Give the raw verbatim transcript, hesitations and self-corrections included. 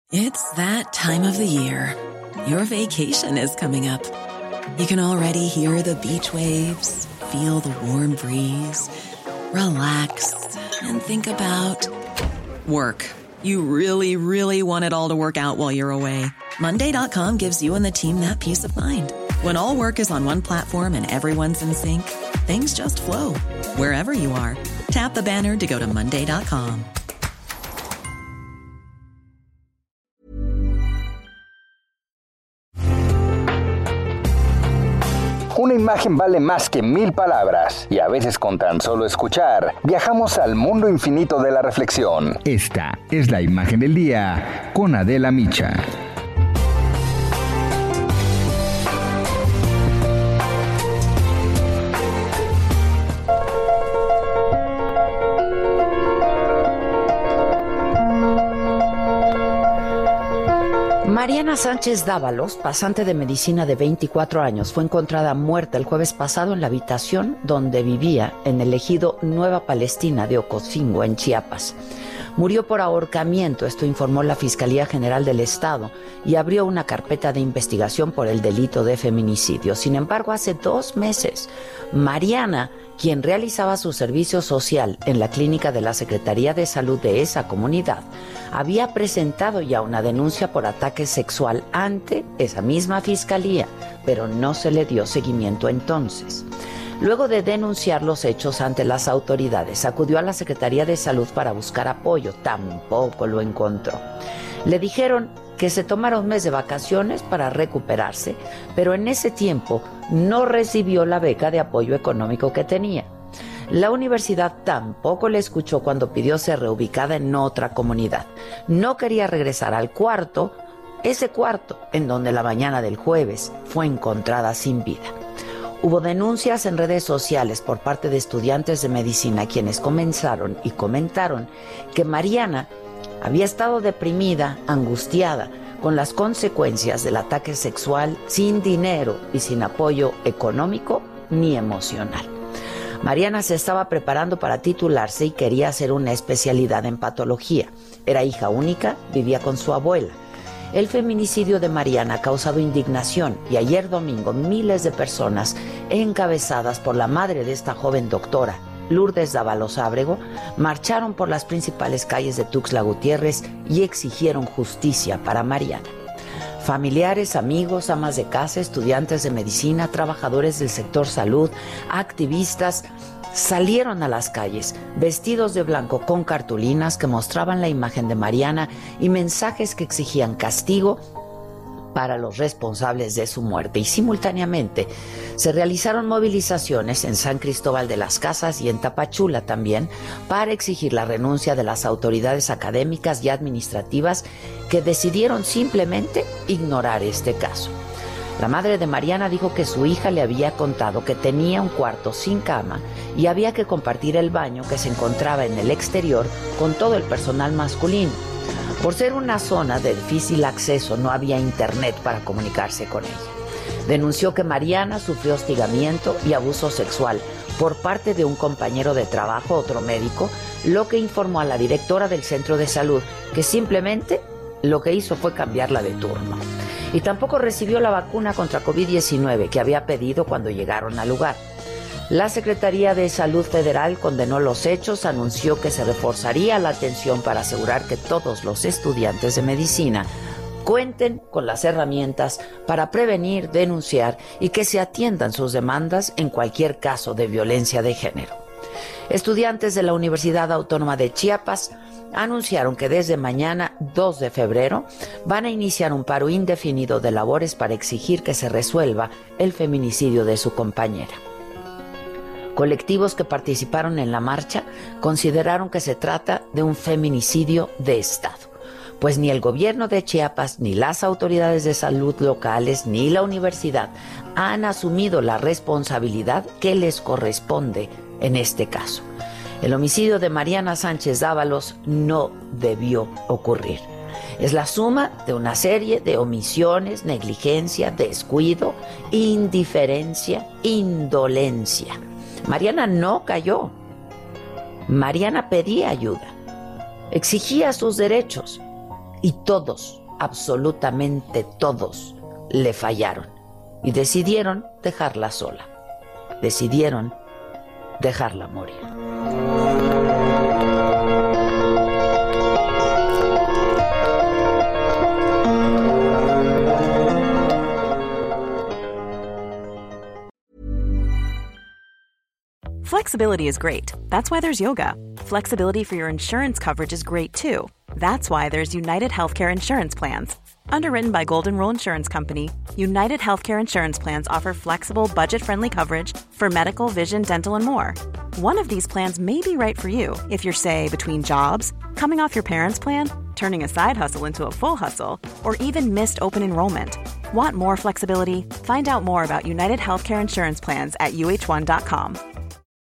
It's that time of the year. Your vacation is coming up. You can already hear the beach waves, feel the warm breeze, relax, and think about work. You really, really want it all to work out while you're away. Monday dot com gives you and the team that peace of mind. When all work is on one platform and everyone's in sync, things just flow. Wherever you are, tap the banner to go to Monday dot com. Una imagen vale más que mil palabras, y a veces con tan solo escuchar, viajamos al mundo infinito de la reflexión. Esta es la imagen del día con Adela Micha. Mariana Sánchez Dávalos, pasante de medicina de veinticuatro años, fue encontrada muerta el jueves pasado en la habitación donde vivía en el ejido Nueva Palestina de Ocosingo, en Chiapas. Murió por ahorcamiento, esto informó la Fiscalía General del Estado, y abrió una carpeta de investigación por el delito de feminicidio. Sin embargo, hace dos meses, Mariana, quien realizaba su servicio social en la clínica de la Secretaría de Salud de esa comunidad, había presentado ya una denuncia por ataque sexual ante esa misma fiscalía, pero no se le dio seguimiento entonces. Luego de denunciar los hechos ante las autoridades, acudió a la Secretaría de Salud para buscar apoyo. Tampoco lo encontró. Le dijeron que se tomara un mes de vacaciones para recuperarse, pero en ese tiempo no recibió la beca de apoyo económico que tenía. La universidad tampoco le escuchó cuando pidió ser reubicada en otra comunidad. No quería regresar al cuarto, ese cuarto en donde la mañana del jueves fue encontrada sin vida. Hubo denuncias en redes sociales por parte de estudiantes de medicina quienes comenzaron y comentaron que Mariana había estado deprimida, angustiada, con las consecuencias del ataque sexual, sin dinero y sin apoyo económico ni emocional. Mariana se estaba preparando para titularse y quería hacer una especialidad en patología. Era hija única, vivía con su abuela. El feminicidio de Mariana ha causado indignación y ayer domingo miles de personas encabezadas por la madre de esta joven doctora, Lourdes Dávalos Ábrego, marcharon por las principales calles de Tuxtla Gutiérrez y exigieron justicia para Mariana. Familiares, amigos, amas de casa, estudiantes de medicina, trabajadores del sector salud, activistas, salieron a las calles vestidos de blanco con cartulinas que mostraban la imagen de Mariana y mensajes que exigían castigo para los responsables de su muerte. Y simultáneamente se realizaron movilizaciones en San Cristóbal de las Casas y en Tapachula también para exigir la renuncia de las autoridades académicas y administrativas que decidieron simplemente ignorar este caso. La madre de Mariana dijo que su hija le había contado que tenía un cuarto sin cama y había que compartir el baño que se encontraba en el exterior con todo el personal masculino. Por ser una zona de difícil acceso, no había internet para comunicarse con ella. Denunció que Mariana sufrió hostigamiento y abuso sexual por parte de un compañero de trabajo, otro médico, lo que informó a la directora del centro de salud que simplemente lo que hizo fue cambiarla de turno. Y tampoco recibió la vacuna contra covid diecinueve que había pedido cuando llegaron al lugar. La Secretaría de Salud Federal condenó los hechos, anunció que se reforzaría la atención para asegurar que todos los estudiantes de medicina cuenten con las herramientas para prevenir, denunciar y que se atiendan sus demandas en cualquier caso de violencia de género. Estudiantes de la Universidad Autónoma de Chiapas anunciaron que desde mañana, dos de febrero, van a iniciar un paro indefinido de labores para exigir que se resuelva el feminicidio de su compañera. Colectivos que participaron en la marcha consideraron que se trata de un feminicidio de Estado, pues ni el gobierno de Chiapas, ni las autoridades de salud locales, ni la universidad han asumido la responsabilidad que les corresponde en este caso. El homicidio de Mariana Sánchez Dávalos no debió ocurrir. Es la suma de una serie de omisiones, negligencia, descuido, indiferencia, indolencia. Mariana no cayó. Mariana pedía ayuda, exigía sus derechos, Y todos, absolutamente todos, le fallaron. Y decidieron dejarla sola. Decidieron dejarla morir. Flexibility is great. That's why there's yoga. Flexibility for your insurance coverage is great too. That's why there's United Healthcare Insurance Plans. Underwritten by Golden Rule Insurance Company, United Healthcare Insurance Plans offer flexible, budget-friendly coverage for medical, vision, dental, and more. One of these plans may be right for you if you're, say, between jobs, coming off your parents' plan, turning a side hustle into a full hustle, or even missed open enrollment. Want more flexibility? Find out more about United Healthcare Insurance Plans at U H one dot com.